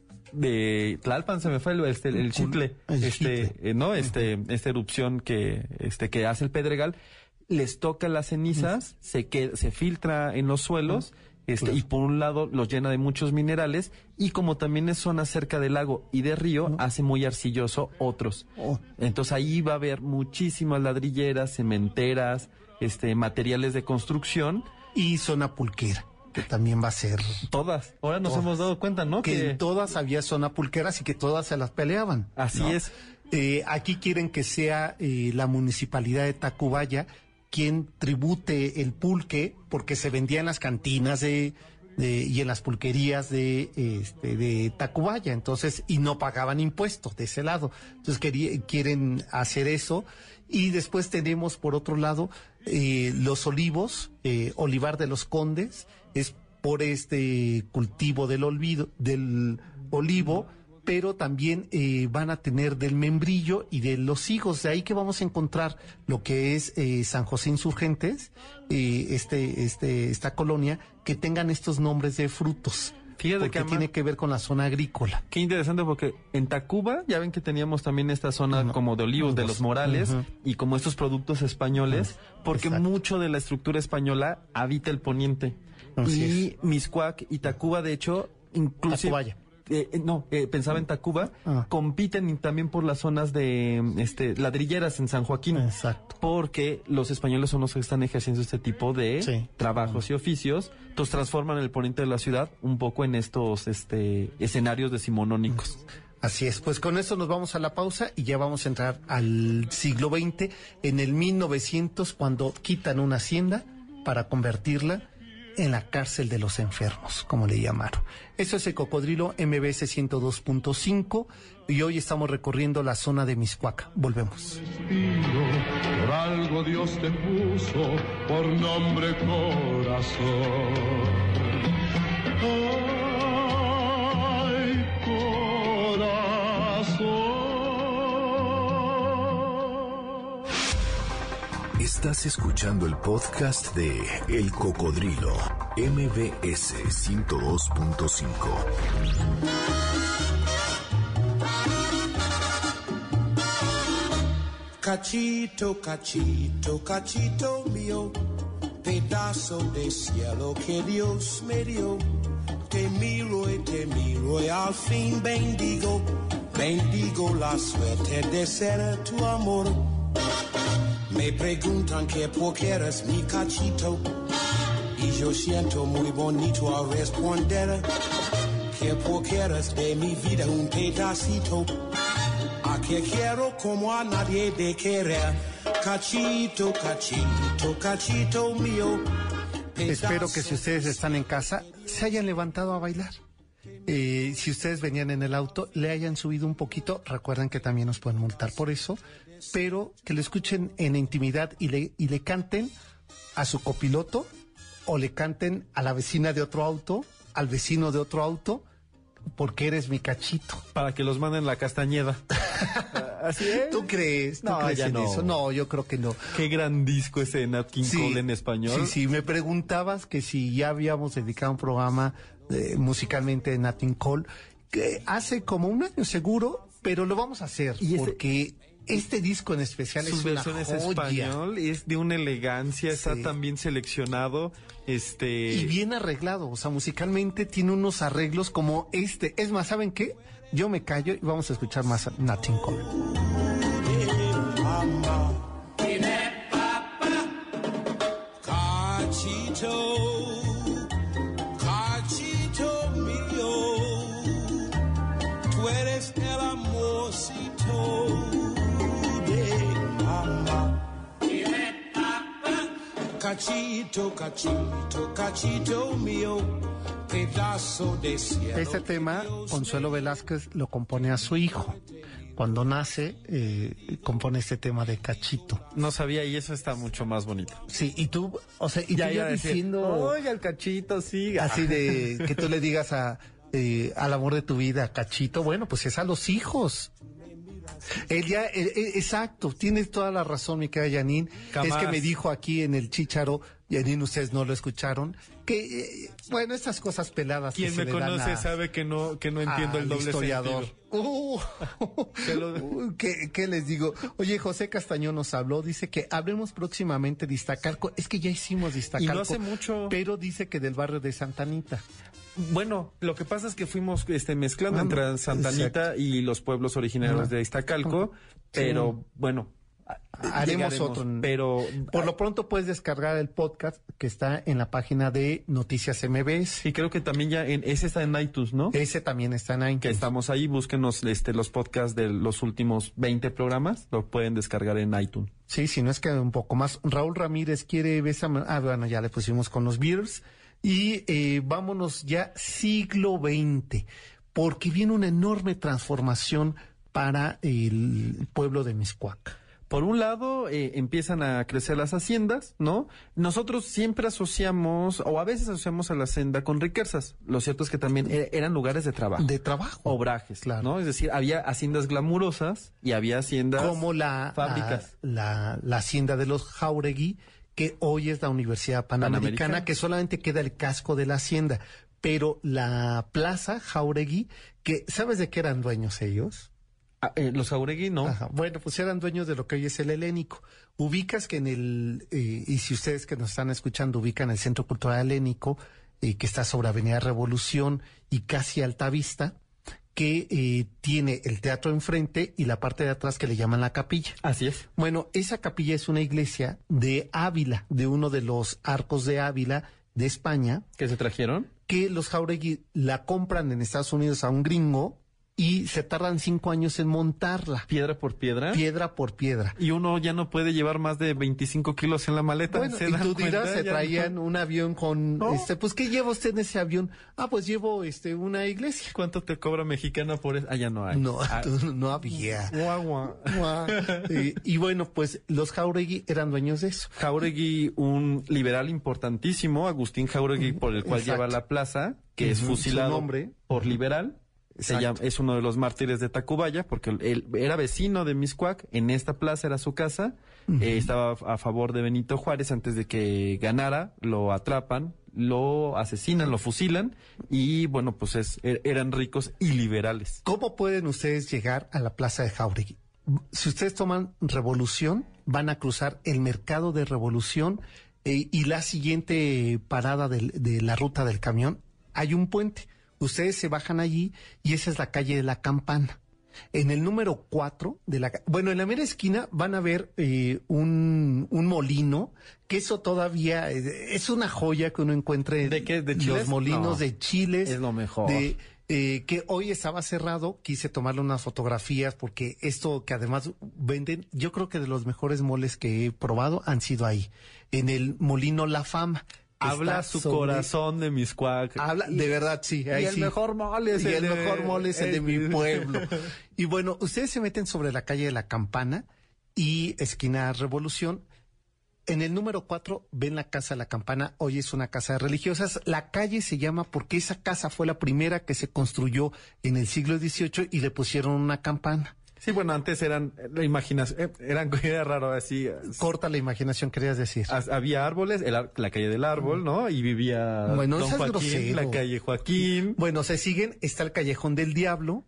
de Tlalpan se me fue el este el Xitle, el este eh, no, este uh-huh. esta erupción que este que hace el Pedregal, les toca las cenizas, uh-huh. se que se filtra en los suelos. Uh-huh. Este, claro. Y por un lado los llena de muchos minerales y como también es zona cerca del lago y de río, uh-huh. hace muy arcilloso otros. Oh. Entonces ahí va a haber muchísimas ladrilleras, cementeras, este, materiales de construcción. Y zona pulquera, que también va a ser... Todas. Ahora nos todas. hemos dado cuenta, ¿no? Que, que en todas había zona pulqueras y que todas se las peleaban. Así ¿no? es. Eh, aquí quieren que sea eh, la municipalidad de Tacubaya quien tribute el pulque, porque se vendía en las cantinas de, de y en las pulquerías de este de Tacubaya, entonces, y no pagaban impuestos de ese lado. Entonces quería, quieren hacer eso. Y después tenemos por otro lado eh, los olivos, eh, Olivar de los Condes, es por este cultivo del olvido, del olivo, pero también eh, van a tener del membrillo y de los higos. De ahí que vamos a encontrar lo que es eh, San José Insurgentes, eh, este, este, esta colonia, que tengan estos nombres de frutos. Fíjate porque que tiene que ver con la zona agrícola. Qué interesante, porque en Tacuba ya ven que teníamos también esta zona uh-huh. como de olivos, de los Morales, uh-huh. y como estos productos españoles, uh-huh. porque Exacto. mucho de la estructura española habita el poniente. Así y es. Mixcoac y Tacuba, de hecho, inclusive... Tacubaya. Eh, no, eh, pensaba en Tacuba, ah. compiten también por las zonas de este ladrilleras en San Joaquín. Exacto. Porque los españoles son los que están ejerciendo este tipo de sí. trabajos uh-huh. y oficios. Entonces transforman el poniente de la ciudad un poco en estos este escenarios decimonónicos. Uh-huh. Así es, pues con eso nos vamos a la pausa y ya vamos a entrar al siglo veinte, en el mil novecientos, cuando quitan una hacienda para convertirla en la cárcel de los enfermos, como le llamaron. Eso es el Cocodrilo M B S ciento dos punto cinco y hoy estamos recorriendo la zona de Mixcoac. Volvemos. Por algo Dios te puso por nombre corazón. Ay, corazón. Estás escuchando el podcast de El Cocodrilo, M B S ciento dos punto cinco. Cachito, cachito, cachito mío, pedazo de cielo que Dios me dio. Te miro y te miro y al fin bendigo, bendigo la suerte de ser tu amor. Me preguntan que por qué eres mi cachito y yo siento muy bonito al responder que por qué eres de mi vida un pedacito, a que quiero como a nadie de querer. Cachito, cachito, cachito mío. Espero que si ustedes están en casa se hayan levantado a bailar. Eh, si ustedes venían en el auto, le hayan subido un poquito. Recuerden que también nos pueden multar por eso, pero que lo escuchen en intimidad y le, y le canten a su copiloto o le canten a la vecina de otro auto al vecino de otro auto porque eres mi cachito. Para que los manden la Castañeda. Así es. ¿Tú crees? ¿Tú No, crees ya en no. eso? No, yo creo que no. Qué gran disco ese de Nat King Sí, Cole en español. Sí, sí, me preguntabas que si ya habíamos dedicado un programa eh, musicalmente de Nat King Cole, que hace como un año seguro, pero lo vamos a hacer, Y ese- porque este disco en especial Sus es una versiones joya. español es de una elegancia, está Sí. tan bien seleccionado, este Y bien arreglado, o sea, musicalmente tiene unos arreglos como este. Es más, ¿saben qué? Yo me callo y vamos a escuchar más a Nat King Cole. Cachito, cachito mío, tú eres el amorcito de mamá. Cachito, cachito, cachito mío, pedazo de cielo. Este tema, Consuelo Velázquez lo compone a su hijo. Cuando nace, eh, compone este tema de Cachito. no sabía y eso está mucho más bonito. Sí, y tú, o sea, y Ya tú iba ya a decir, diciendo oye, el cachito, sí. así de que tú le digas a eh, al amor de tu vida, Cachito, bueno, pues es a los hijos. Él ya, eh, eh, exacto, tienes toda la razón, mi querida Janine. Jamás. Es que me dijo aquí en el Chícharo, Janine, ustedes no lo escucharon, que, eh, bueno, estas cosas peladas que Quien se me le dan conoce a- sabe que no que no entiendo el al doble historiador. sentido. Uh, Se lo- uh, ¿qué, qué les digo? Oye, José Castañón nos habló, dice que hablemos próximamente de Iztacalco. Es que ya hicimos de Iztacalco. Y no hace mucho. Pero dice que del barrio de Santa Anita. Bueno, lo que pasa es que fuimos este mezclando Ah, entre Santa Anita exacto. y los pueblos originarios Ah. de Iztacalco, pero bueno, Haremos llegaremos, otro. pero Por lo pronto puedes descargar el podcast que está en la página de Noticias M B S. sí creo que también ya en ese está en iTunes, ¿no? Ese también está en Que iTunes. estamos ahí, búsquenos este los podcasts de los últimos veinte programas, lo pueden descargar en iTunes. Sí, si no es que un poco más. Raúl Ramírez quiere Bésame. Ah, bueno, ya le pusimos con los Beatles. Y eh, vámonos ya siglo veinte, porque viene una enorme transformación para el pueblo de Mixcoac. Por un lado, eh, empiezan a crecer las haciendas, ¿no? Nosotros siempre asociamos, o a veces asociamos a la hacienda con riquezas. Lo cierto es que también e- eran lugares de trabajo. De trabajo. Obrajes, Claro. ¿no? Es decir, había haciendas glamurosas y había haciendas Como la, fábricas. ah, la, la hacienda de los Jauregui, que hoy es la Universidad Panamericana, Panamericana. que solamente queda el casco de la hacienda. Pero la plaza Jauregui, que ¿sabes de qué eran dueños ellos? Ah, eh, los Jauregui, ¿no? Ajá. Bueno, pues eran dueños de lo que hoy es el Helénico. Ubicas que en el, eh, y si ustedes que nos están escuchando ubican el Centro Cultural Helénico, eh, que está sobre Avenida Revolución y casi Altavista, que eh, tiene el teatro enfrente y la parte de atrás que le llaman la capilla. Así es. Bueno, esa capilla es una iglesia de Ávila, de uno de los arcos de Ávila de España, ¿Qué se trajeron? que los Jauregui la compran en Estados Unidos a un gringo y se tardan cinco años en montarla, Piedra por piedra. piedra por piedra. Y uno ya no puede llevar más de veinticinco kilos en la maleta. Bueno, ¿se y dan tú dirás, cuenta? se Ya traían no. un avión con, No. este, pues, ¿qué lleva usted en ese avión? Ah, pues llevo, este, una iglesia. ¿Cuánto te cobra mexicana por eso? Ah, ya no hay. No, Ah, no había. guau, guau. Guau. y, y bueno, pues, los Jauregui eran dueños de eso. Jauregui, un liberal importantísimo, Agustín Jauregui, por el cual Exacto. lleva la plaza, que es Ujú, fusilado su nombre. por liberal. Se Exacto. llama, es uno de los mártires de Tacubaya, porque él, él era vecino de Mixcoac, en esta plaza era su casa, eh, estaba a favor de Benito Juárez antes de que ganara, lo atrapan, lo asesinan, lo fusilan, y bueno, pues es, er- eran ricos y liberales. ¿Cómo pueden ustedes llegar a la plaza de Jauregui? Si ustedes toman Revolución, van a cruzar el mercado de Revolución eh, y la siguiente parada del- de la ruta del camión, hay un puente. Ustedes se bajan allí y esa es la calle de la Campana. En el número cuatro de la... ca- Bueno, en la mera esquina van a ver eh, un, un molino, que eso todavía eh, es una joya que uno encuentre. ¿De qué? ¿De Los chiles? molinos No. de chiles. Es lo mejor. De, eh, que hoy estaba cerrado, quise tomarle unas fotografías porque esto que además venden, yo creo que de los mejores moles que he probado han sido ahí, en el Molino La Fama. Habla Está su sobre- corazón de Mixcoac. Habla, de verdad, sí. Ahí y el sí. mejor mole es Y el el de- mejor mole es el de mi el- pueblo. Y bueno, ustedes se meten sobre la calle de la Campana y esquina Revolución. En el número cuatro ven la Casa de la Campana, hoy es una casa de religiosas. La calle se llama porque esa casa fue la primera que se construyó en el siglo dieciocho y le pusieron una campana. Sí, bueno, antes eran, la imaginación, eran, era raro así. Corta la imaginación, querías decir. Había árboles, el, la calle del árbol, ¿no? Y vivía bueno, Don Joaquín, grosero. La calle Joaquín. Bueno, se siguen, está el Callejón del Diablo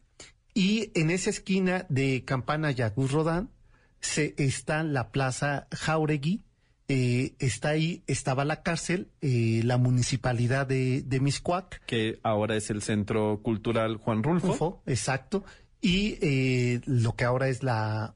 y en esa esquina de Campana y Agus Rodán se, está la Plaza Jáuregui. Eh, está ahí, estaba la cárcel, eh, la municipalidad de, de Mixcoac. Que ahora es el Centro Cultural Juan Rulfo. Rulfo, exacto. Y eh, lo que ahora es la,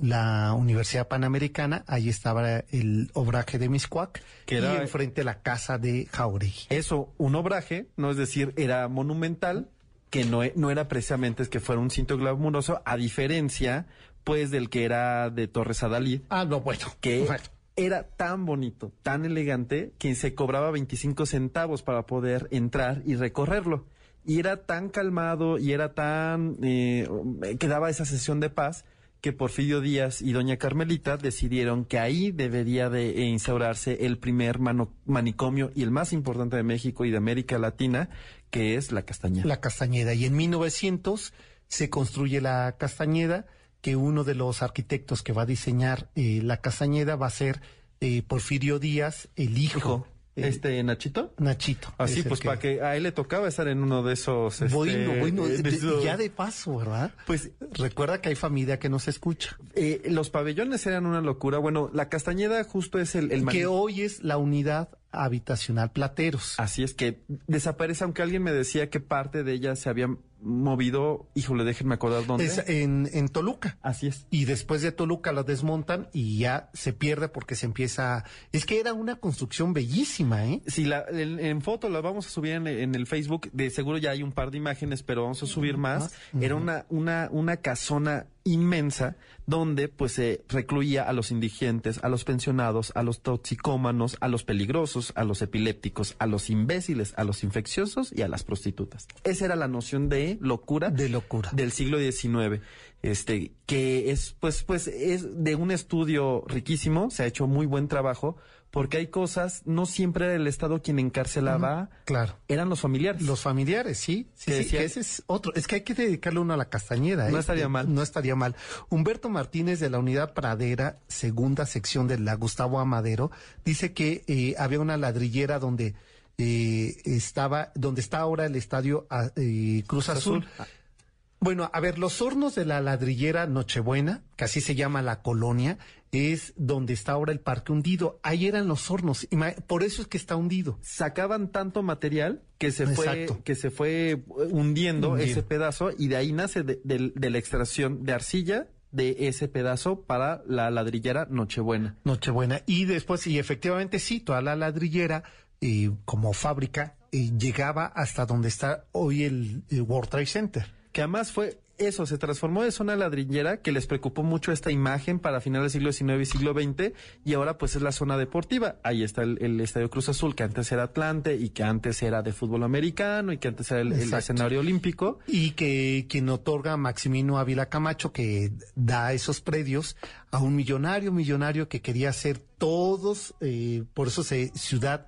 la Universidad Panamericana, ahí estaba el obraje de Mixcoac, que era, y enfrente la casa de Jáuregui. Eso, un obraje, no es decir, era monumental, que no, no era precisamente es que fuera un cinto glamuroso, a diferencia, pues, del que era de Torres Adalid. Ah, no, bueno. Que bueno. Era tan bonito, tan elegante, que se cobraba veinticinco centavos para poder entrar y recorrerlo. Y era tan calmado y era tan... Eh, que daba esa sesión de paz que Porfirio Díaz y doña Carmelita decidieron que ahí debería de instaurarse el primer mano, manicomio y el más importante de México y de América Latina, que es la Castañeda. La Castañeda. Y en mil novecientos se construye la Castañeda, que uno de los arquitectos que va a diseñar eh, la Castañeda va a ser eh, Porfirio Díaz, el hijo. hijo. ¿Este Nachito? Nachito. Así, pues, que... para que a él le tocaba estar en uno de esos... Este, bueno, bueno, de, de, esos... ya de paso, ¿verdad? Pues... Recuerda que hay familia que no se escucha. Eh, los pabellones eran una locura. Bueno, la Castañeda justo es el... el que hoy es la unidad habitacional Plateros. Así es, que desaparece, aunque alguien me decía que parte de ella se había movido, híjole, déjenme acordar dónde. Es en, en Toluca. Así es. Y después de Toluca la desmontan y ya se pierde porque se empieza... Es que era una construcción bellísima, ¿eh? Sí, la, en, en foto la vamos a subir en, en el Facebook, de seguro ya hay un par de imágenes, pero vamos a subir más. Uh-huh. Era una, una, una casona inmensa donde pues se recluía a los indigentes, a los pensionados, a los toxicómanos, a los peligrosos, a los epilépticos, a los imbéciles, a los infecciosos y a las prostitutas. Esa era la noción de locura, de locura del siglo diecinueve, este que es pues pues es de un estudio riquísimo, se ha hecho muy buen trabajo. Porque hay cosas, no siempre era el Estado quien encarcelaba, uh-huh, claro, eran los familiares. Los familiares, sí, sí, sí, decía, que ese es otro, es que hay que dedicarle uno a la Castañeda. No ¿eh? estaría mal. No estaría mal. Humberto Martínez de la Unidad Pradera, segunda sección de la Gustavo Amadero, dice que eh, había una ladrillera donde eh, estaba, donde está ahora el estadio eh, Cruz Azul. Azul. Bueno, a ver, los hornos de la ladrillera Nochebuena, que así se llama la colonia, es donde está ahora el Parque Hundido. Ahí eran los hornos, por eso es que está hundido. Sacaban tanto material que se Exacto. fue que se fue hundiendo Hundido. ese pedazo, y de ahí nace de, de, de la extracción de arcilla de ese pedazo para la ladrillera Nochebuena. Nochebuena. Y después, y efectivamente sí, toda la ladrillera eh, como fábrica eh, llegaba hasta donde está hoy el, el World Trade Center. Que además fue eso, se transformó de zona ladrillera, que les preocupó mucho esta imagen para finales del siglo diecinueve y siglo veinte, y ahora pues es la zona deportiva. Ahí está el, el Estadio Cruz Azul, que antes era Atlante y que antes era de fútbol americano y que antes era el, el escenario olímpico. Y que quien otorga Maximino Ávila Camacho, que da esos predios a un millonario, millonario que quería hacer todos, eh, por eso se ciudad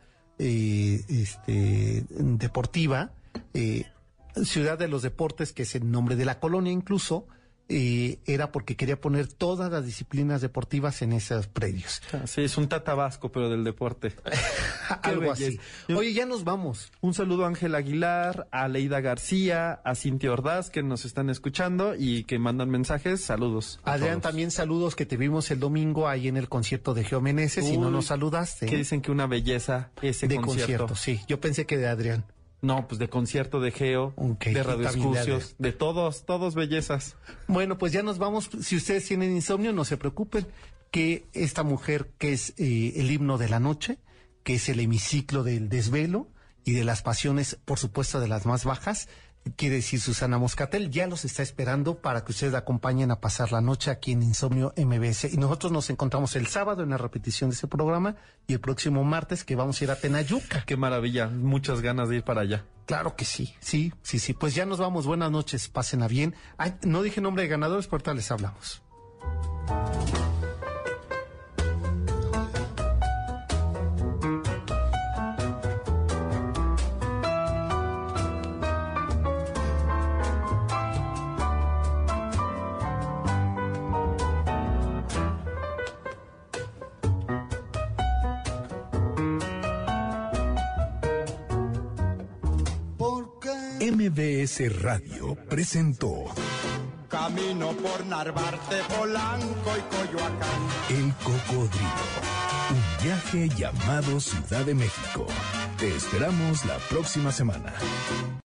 eh, este, deportiva, eh, Ciudad de los Deportes, que es el nombre de la colonia incluso, eh, era porque quería poner todas las disciplinas deportivas en esos predios. Sí, es un tatabasco, pero del deporte. Algo así. Oye, ya nos vamos. Un saludo a Ángel Aguilar, a Leida García, a Cintia Ordaz, que nos están escuchando y que mandan mensajes. Saludos. Adrián, también saludos, que te vimos el domingo ahí en el concierto de Geo Meneses. Uy, y no nos saludaste. Que dicen que una belleza ese de concierto. concierto. Sí, yo pensé que de Adrián. No, pues de concierto, de Geo, okay, de radioescuchos, de, de todos, todos bellezas. Bueno, pues ya nos vamos. Si ustedes tienen insomnio, no se preocupen, que esta mujer que es eh, el himno de la noche, que es el hemiciclo del desvelo y de las pasiones, por supuesto, de las más bajas, quiere decir Susana Moscatel, ya los está esperando para que ustedes la acompañen a pasar la noche aquí en Insomnio M B S. Y nosotros nos encontramos el sábado en la repetición de ese programa y el próximo martes que vamos a ir a Tenayuca. Qué maravilla, muchas ganas de ir para allá. Claro que sí, sí, sí, sí. Pues ya nos vamos, buenas noches, pásenla bien. Ay, no dije nombre de ganadores, pero ahorita les hablamos. M V S Radio presentó Camino por Narvarte, Polanco y Coyoacán. El Cocodrilo, un viaje llamado Ciudad de México. Te esperamos la próxima semana.